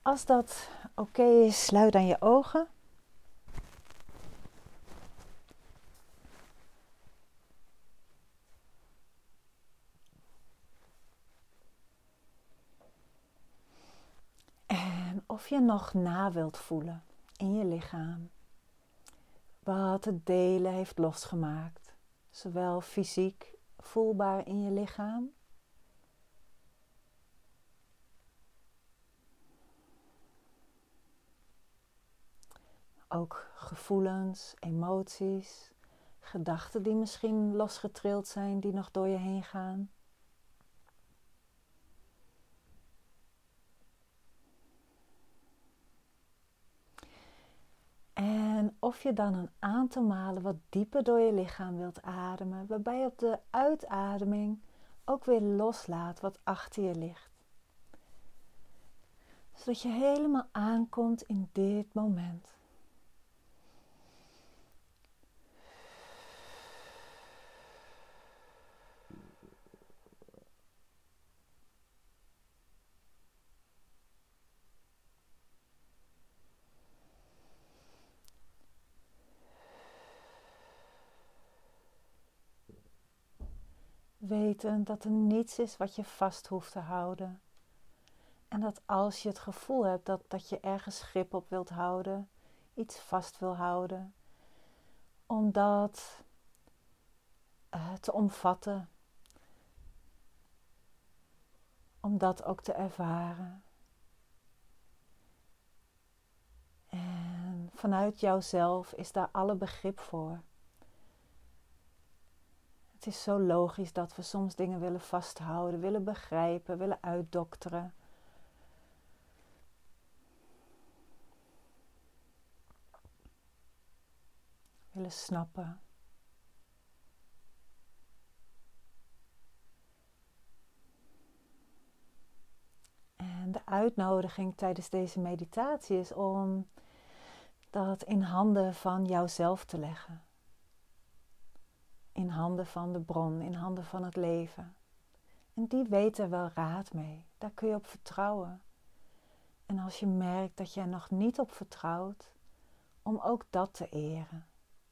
Als dat oké is, sluit dan je ogen. En of je nog na wilt voelen in je lichaam wat het delen heeft losgemaakt. Zowel fysiek voelbaar in je lichaam. Ook gevoelens, emoties, gedachten die misschien losgetrild zijn, die nog door je heen gaan. En of je dan een aantal malen wat dieper door je lichaam wilt ademen, waarbij je op de uitademing ook weer loslaat wat achter je ligt. Zodat je helemaal aankomt in dit moment. Weten dat er niets is wat je vast hoeft te houden. En dat als je het gevoel hebt dat je ergens grip op wilt houden, iets vast wil houden, om dat te omvatten. Om dat ook te ervaren. En vanuit jouzelf is daar alle begrip voor. Het is zo logisch dat we soms dingen willen vasthouden, willen begrijpen, willen uitdokteren. Willen snappen. En de uitnodiging tijdens deze meditatie is om dat in handen van jouzelf te leggen. In handen van de bron, in handen van het leven. En die weet er wel raad mee. Daar kun je op vertrouwen. En als je merkt dat je er nog niet op vertrouwt, om ook dat te eren.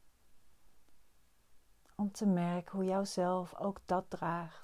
Om te merken hoe jouzelf ook dat draagt.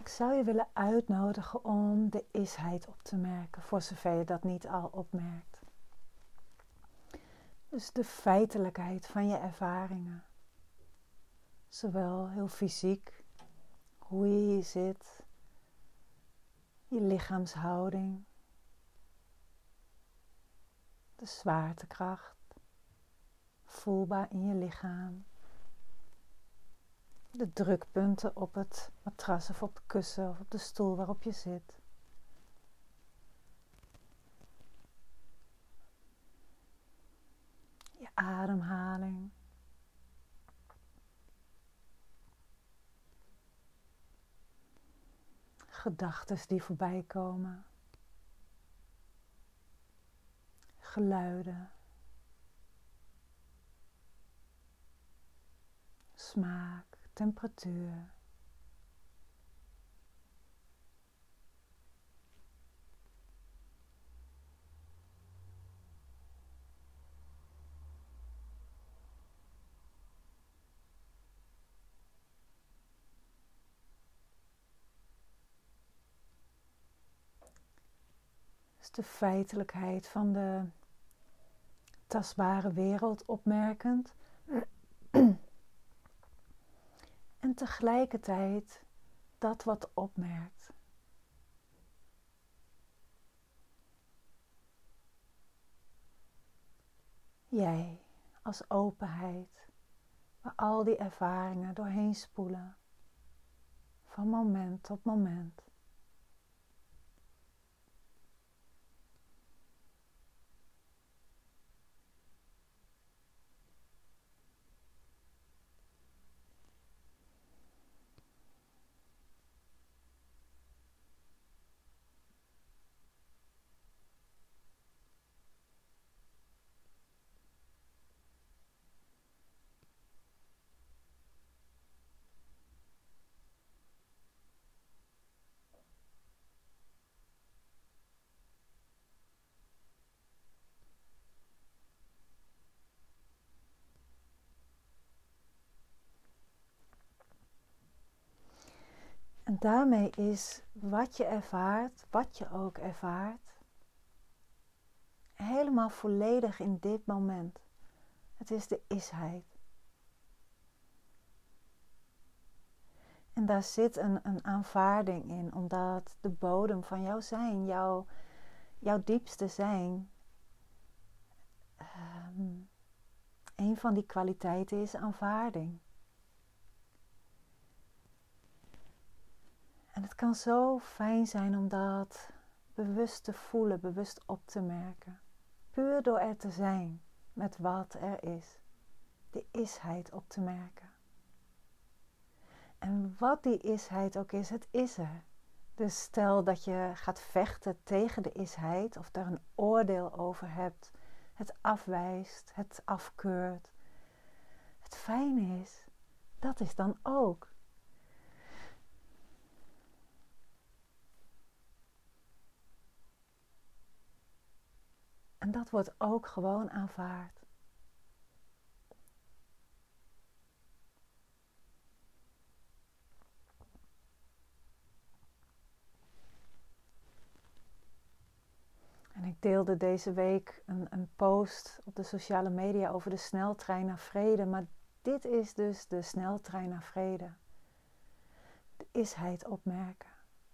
Ik zou je willen uitnodigen om de isheid op te merken, voor zover je dat niet al opmerkt. Dus de feitelijkheid van je ervaringen. Zowel heel fysiek, hoe je hier zit, je lichaamshouding, de zwaartekracht, voelbaar in je lichaam. De drukpunten op het matras of op het kussen of op de stoel waarop je zit. Je ademhaling. Gedachten die voorbij komen. Geluiden. Smaak, temperatuur. Dus de feitelijkheid van de tastbare wereld opmerkend. En tegelijkertijd dat wat opmerkt. Jij als openheid, waar al die ervaringen doorheen spoelen, van moment tot moment. En daarmee is wat je ervaart, wat je ook ervaart, helemaal volledig in dit moment. Het is de isheid. En daar zit een aanvaarding in, omdat de bodem van jouw zijn, jouw diepste zijn, een van die kwaliteiten is aanvaarding. En het kan zo fijn zijn om dat bewust te voelen, bewust op te merken. Puur door er te zijn met wat er is. De isheid op te merken. En wat die isheid ook is, het is er. Dus stel dat je gaat vechten tegen de isheid of daar een oordeel over hebt, het afwijst, het afkeurt. Het fijne is, dat is dan ook. En dat wordt ook gewoon aanvaard. En ik deelde deze week een post op de sociale media over de sneltrein naar vrede. Maar dit is dus de sneltrein naar vrede. De isheid opmerken.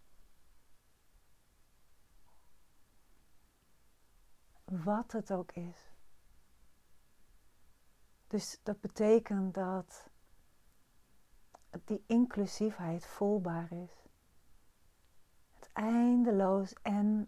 Wat het ook is. Dus dat betekent dat die inclusiefheid voelbaar is. Het eindeloos en.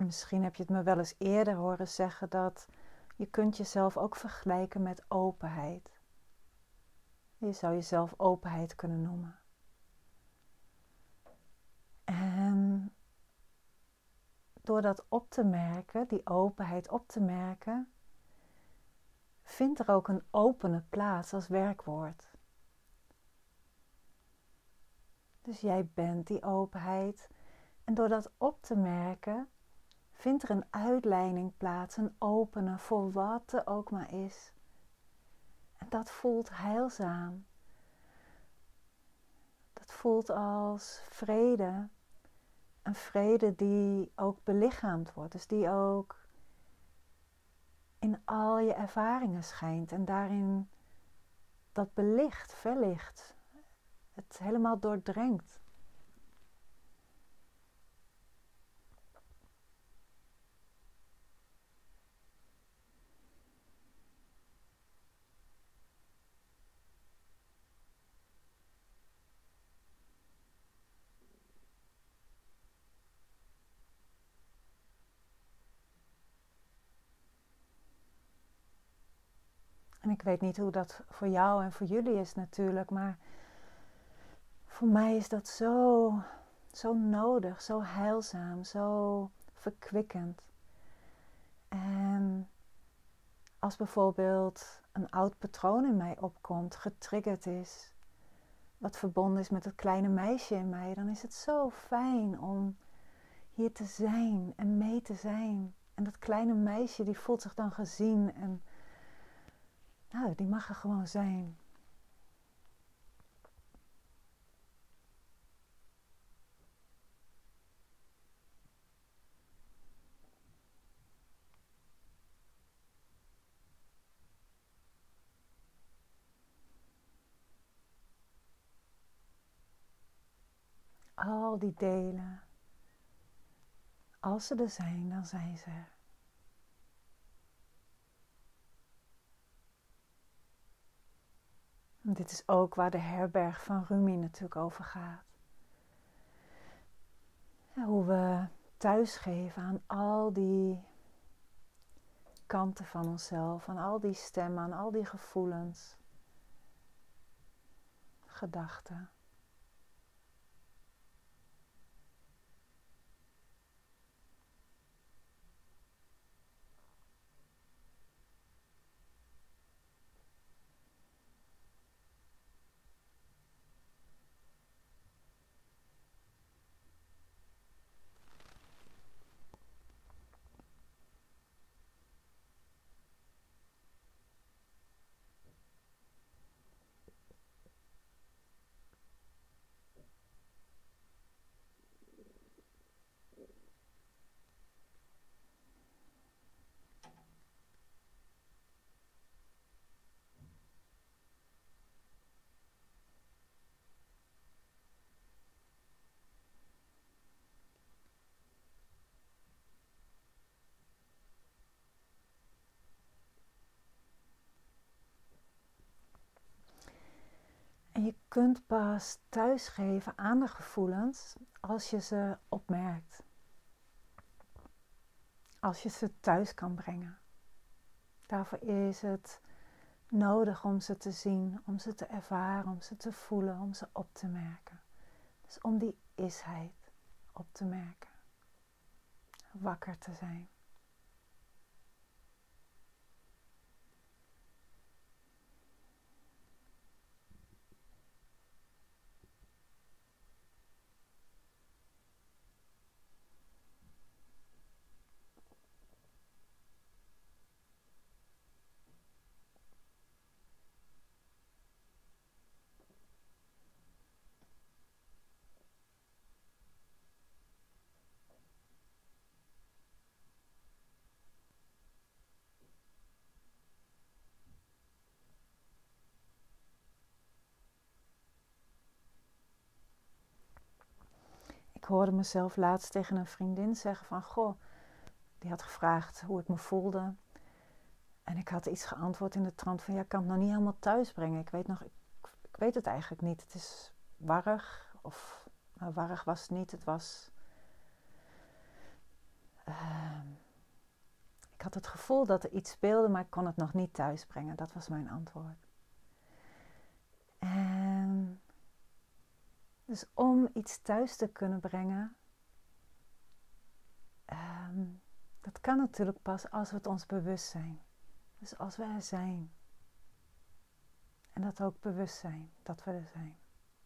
misschien heb je het me wel eens eerder horen zeggen dat je kunt jezelf ook vergelijken met openheid. Je zou jezelf openheid kunnen noemen. En door dat op te merken, die openheid op te merken, vindt er ook een opene plaats als werkwoord. Dus jij bent die openheid. En door dat op te merken, vindt er een uitleiding plaats, een openen voor wat er ook maar is. En dat voelt heilzaam. Dat voelt als vrede. Een vrede die ook belichaamd wordt. Dus die ook in al je ervaringen schijnt. En daarin dat belicht, verlicht. Het helemaal doordrenkt. En ik weet niet hoe dat voor jou en voor jullie is natuurlijk, maar voor mij is dat zo nodig, zo heilzaam, zo verkwikkend. En als bijvoorbeeld een oud patroon in mij opkomt, getriggerd is, wat verbonden is met het kleine meisje in mij, dan is het zo fijn om hier te zijn en mee te zijn. En dat kleine meisje die voelt zich dan gezien en nou, die mag er gewoon zijn. Al die delen, als ze er zijn, dan zijn ze er. En dit is ook waar de herberg van Rumi natuurlijk over gaat. Ja, hoe we thuisgeven aan al die kanten van onszelf, aan al die stemmen, aan al die gevoelens, gedachten. En je kunt pas thuisgeven aan de gevoelens als je ze opmerkt. Als je ze thuis kan brengen. Daarvoor is het nodig om ze te zien, om ze te ervaren, om ze te voelen, om ze op te merken. Dus om die isheid op te merken. Wakker te zijn. Ik hoorde mezelf laatst tegen een vriendin zeggen van, goh, die had gevraagd hoe ik me voelde. En ik had iets geantwoord in de trant van, ja, ik kan het nog niet helemaal thuis brengen. Ik weet het eigenlijk niet. Het is warrig, of nou, warrig was het niet. Ik had het gevoel dat er iets speelde, maar ik kon het nog niet thuisbrengen. Dat was mijn antwoord. En dus om iets thuis te kunnen brengen, dat kan natuurlijk pas als we het ons bewust zijn. Dus als we er zijn. En dat ook bewust zijn, dat we er zijn.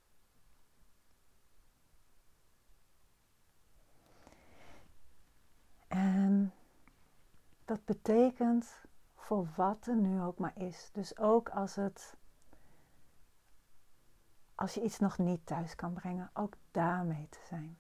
En dat betekent voor wat er nu ook maar is. Dus ook als je iets nog niet thuis kan brengen, ook daarmee te zijn.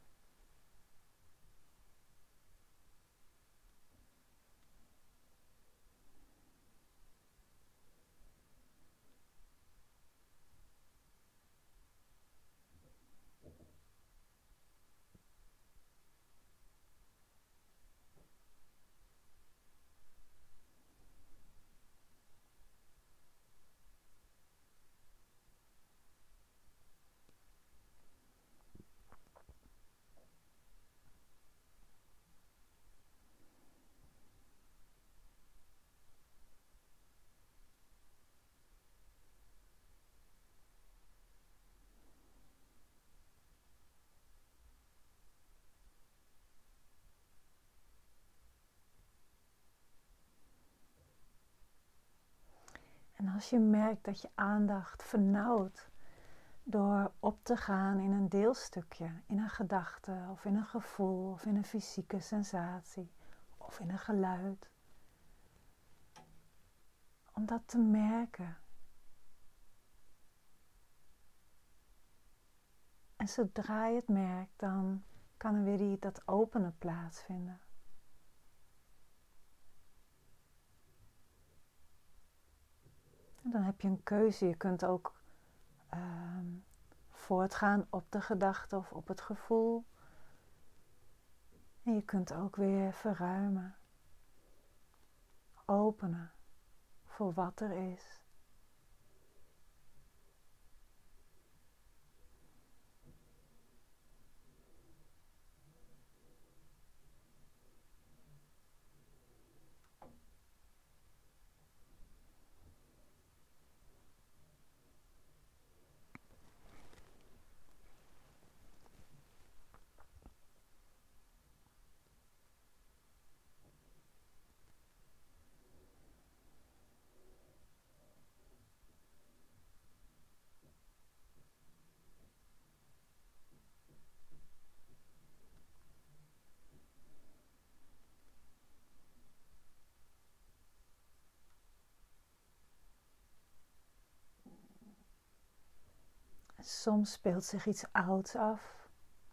En als je merkt dat je aandacht vernauwt door op te gaan in een deelstukje, in een gedachte of in een gevoel of in een fysieke sensatie of in een geluid. Om dat te merken. En zodra je het merkt, dan kan er weer dat openen plaatsvinden. En dan heb je een keuze. Je kunt ook voortgaan op de gedachte of op het gevoel. En je kunt ook weer verruimen. Openen voor wat er is. Soms speelt zich iets ouds af.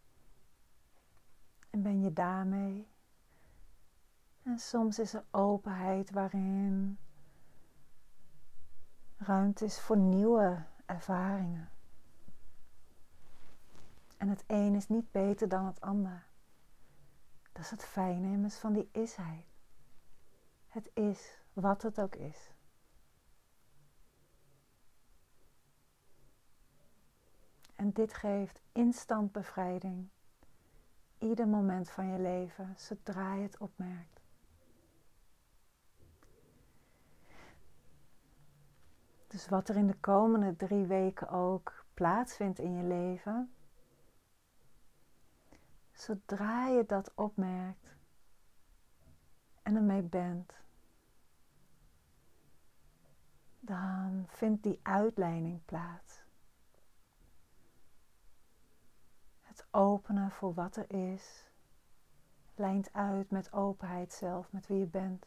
En ben je daarmee. En soms is er openheid waarin ruimte is voor nieuwe ervaringen. En het een is niet beter dan het ander. Dat is het fijne immers van die isheid. Het is wat het ook is. En dit geeft instant bevrijding. Ieder moment van je leven, zodra je het opmerkt. Dus wat er in de komende 3 weken ook plaatsvindt in je leven, zodra je dat opmerkt en ermee bent, dan vindt die uitleiding plaats. Het openen voor wat er is, lijnt uit met openheid zelf, met wie je bent.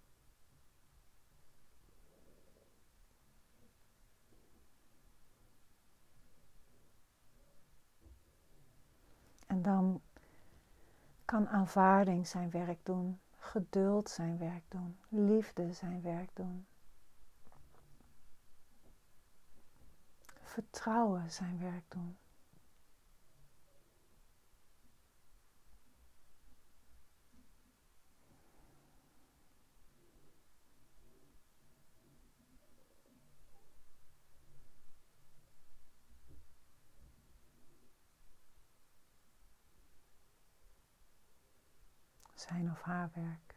En dan kan aanvaarding zijn werk doen, geduld zijn werk doen, liefde zijn werk doen. Vertrouwen zijn werk doen. zijn of haar werk.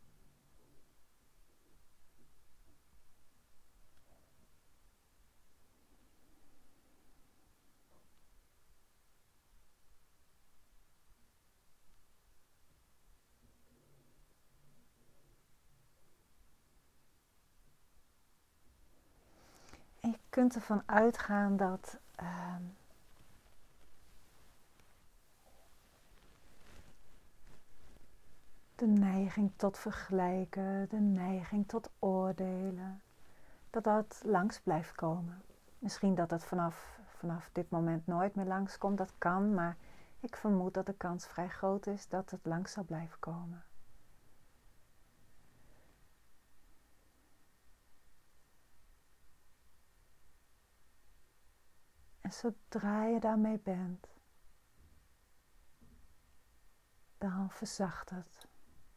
En je kunt ervan uitgaan dat de neiging tot vergelijken, de neiging tot oordelen, dat langs blijft komen. Misschien dat het vanaf dit moment nooit meer langskomt, dat kan, maar ik vermoed dat de kans vrij groot is dat het langs zal blijven komen. En zodra je daarmee bent, dan verzacht het.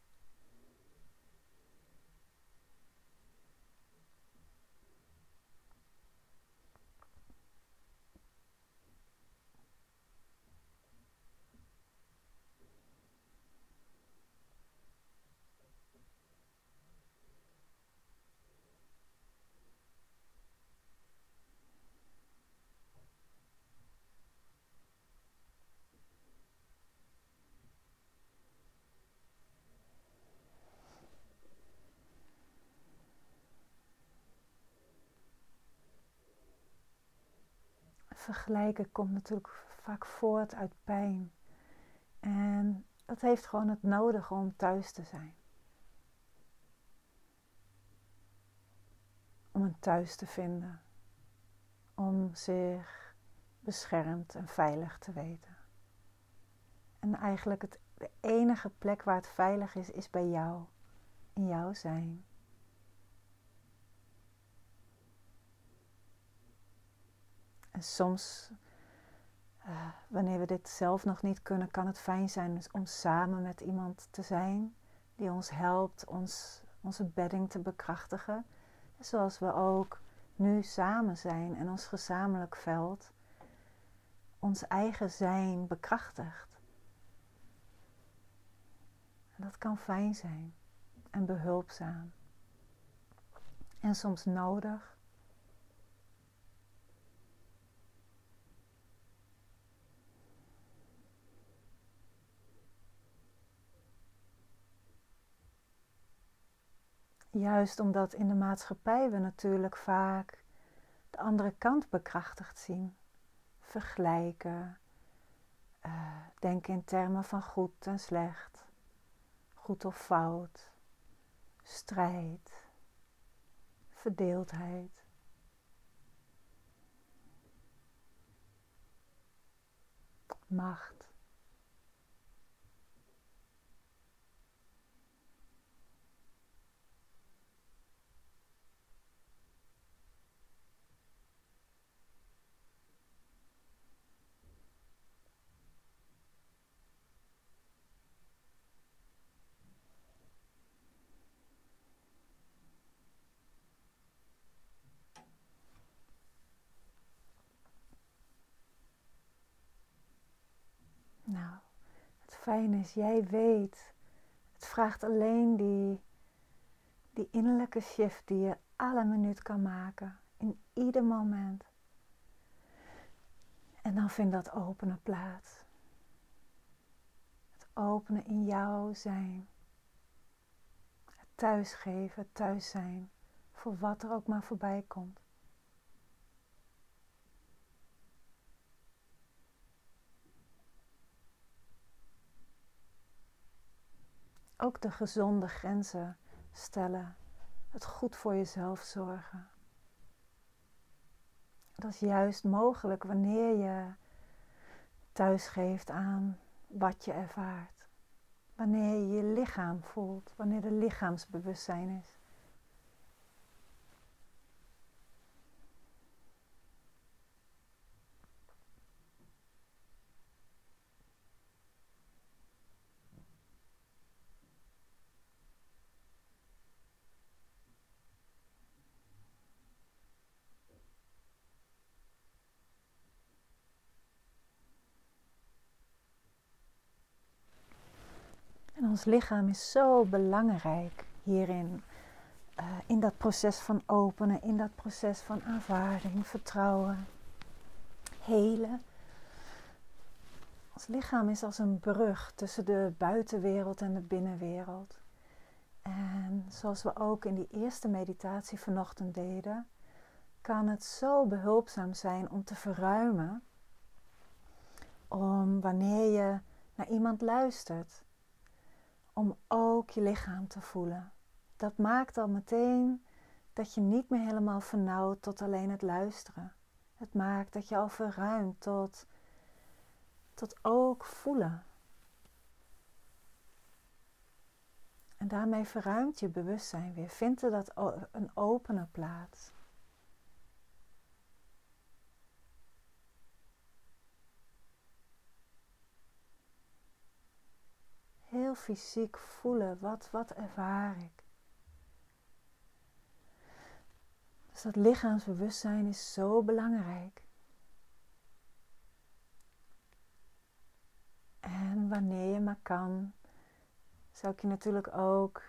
Vergelijken komt natuurlijk vaak voort uit pijn. En dat heeft gewoon het nodige om thuis te zijn. Om een thuis te vinden. Om zich beschermd en veilig te weten. En eigenlijk de enige plek waar het veilig is, is bij jou. In jouw zijn. En soms, wanneer we dit zelf nog niet kunnen, kan het fijn zijn om samen met iemand te zijn die ons helpt onze bedding te bekrachtigen. Zoals we ook nu samen zijn en ons gezamenlijk veld ons eigen zijn bekrachtigt. En dat kan fijn zijn en behulpzaam. En soms nodig. Juist omdat in de maatschappij we natuurlijk vaak de andere kant bekrachtigd zien. Vergelijken. Denken in termen van goed en slecht. Goed of fout. Strijd. Verdeeldheid. Macht. Nou, het fijne is, jij weet, het vraagt alleen die innerlijke shift die je alle minuut kan maken, in ieder moment. En dan vindt dat openen plaats. Het openen in jouw zijn. Het thuisgeven, het thuis zijn, voor wat er ook maar voorbij komt. Ook de gezonde grenzen stellen. Het goed voor jezelf zorgen. Dat is juist mogelijk wanneer je thuisgeeft aan wat je ervaart. Wanneer je je lichaam voelt. Wanneer er lichaamsbewustzijn is. En ons lichaam is zo belangrijk hierin. In dat proces van openen, in dat proces van aanvaarding, vertrouwen, helen. Ons lichaam is als een brug tussen de buitenwereld en de binnenwereld. En zoals we ook in die eerste meditatie vanochtend deden, kan het zo behulpzaam zijn om te verruimen. Om wanneer je naar iemand luistert, om ook je lichaam te voelen. Dat maakt al meteen dat je niet meer helemaal vernauwt tot alleen het luisteren. Het maakt dat je al verruimt tot ook voelen. En daarmee verruimt je bewustzijn weer. Vindt er dat een opene plaats. Heel fysiek voelen, wat ervaar ik. Dus dat lichaamsbewustzijn is zo belangrijk. En wanneer je maar kan, zou ik je natuurlijk ook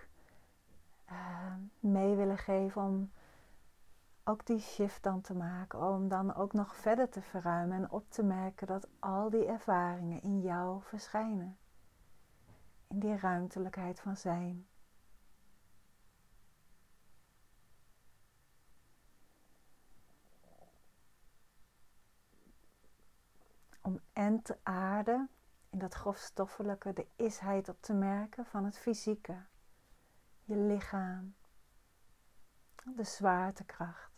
mee willen geven om ook die shift dan te maken. Om dan ook nog verder te verruimen en op te merken dat al die ervaringen in jou verschijnen. In die ruimtelijkheid van zijn. Om en te aarden, in dat grofstoffelijke, de isheid op te merken van het fysieke. Je lichaam. De zwaartekracht.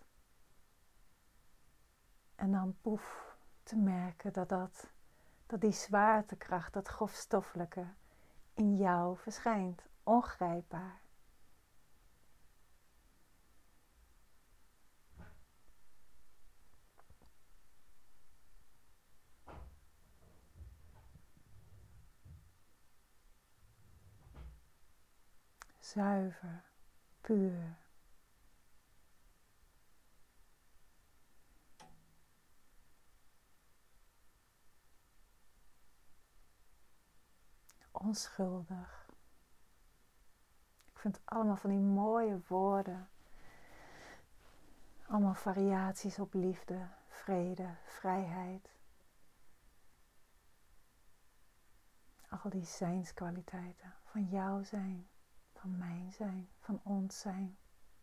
En dan poef te merken dat die zwaartekracht, dat grofstoffelijke, in jou verschijnt. Ongrijpbaar. Zuiver, puur. Onschuldig. Ik vind het allemaal van die mooie woorden. Allemaal variaties op liefde, vrede, vrijheid. Al die zijnskwaliteiten. Van jou zijn, van mijn zijn, van ons zijn.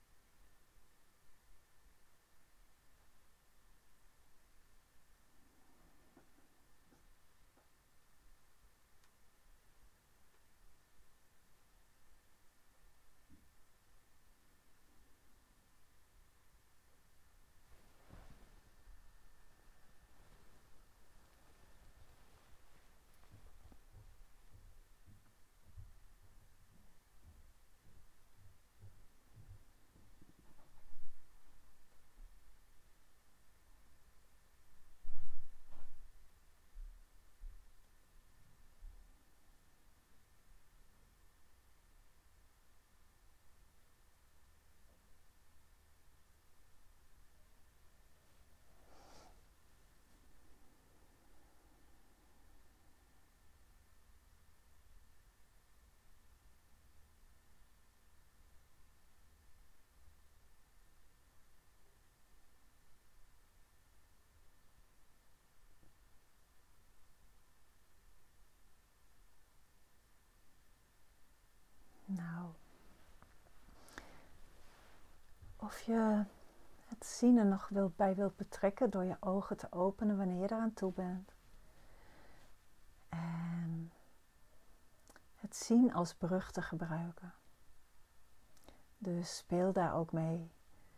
Nou, of je het zien er nog bij wilt betrekken door je ogen te openen wanneer je eraan toe bent. En het zien als brug te gebruiken. Dus speel daar ook mee.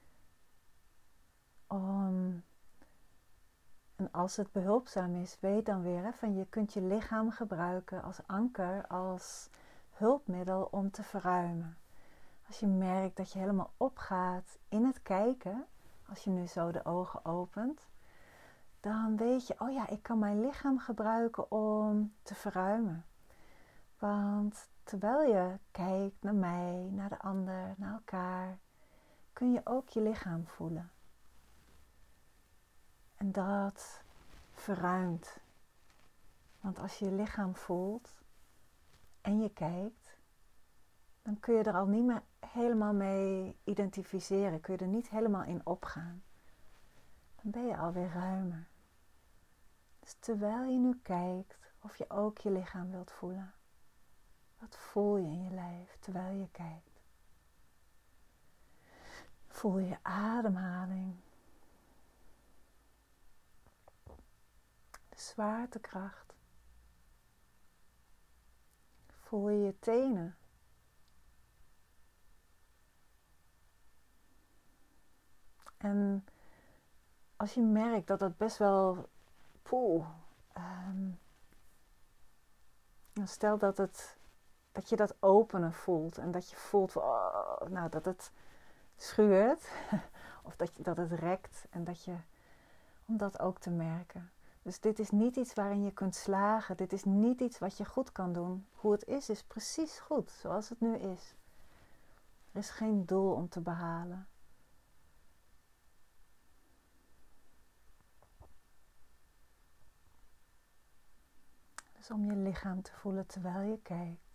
En als het behulpzaam is, weet dan weer van je kunt je lichaam gebruiken als anker, als hulpmiddel om te verruimen. Als je merkt dat je helemaal opgaat in het kijken, als je nu zo de ogen opent, dan weet je, oh ja, ik kan mijn lichaam gebruiken om te verruimen. Want terwijl je kijkt naar mij, naar de ander, naar elkaar, kun je ook je lichaam voelen. En dat verruimt. Want als je je lichaam voelt en je kijkt, dan kun je er al niet meer helemaal mee identificeren. Kun je er niet helemaal in opgaan. Dan ben je alweer ruimer. Dus terwijl je nu kijkt of je ook je lichaam wilt voelen. Wat voel je in je lijf terwijl je kijkt? Voel je ademhaling. De zwaartekracht. Voel je je tenen. En als je merkt dat dat best wel... stel dat je dat openen voelt. En dat je voelt dat het schuurt. Of dat het rekt. En om dat ook te merken. Dus dit is niet iets waarin je kunt slagen. Dit is niet iets wat je goed kan doen. Hoe het is precies goed. Zoals het nu is. Er is geen doel om te behalen. Dus om je lichaam te voelen terwijl je kijkt.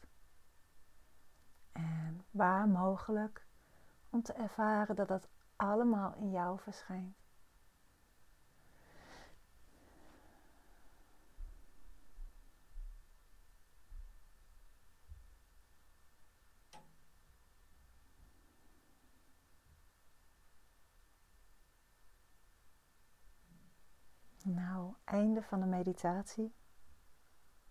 En waar mogelijk om te ervaren dat dat allemaal in jou verschijnt. Nou, einde van de meditatie.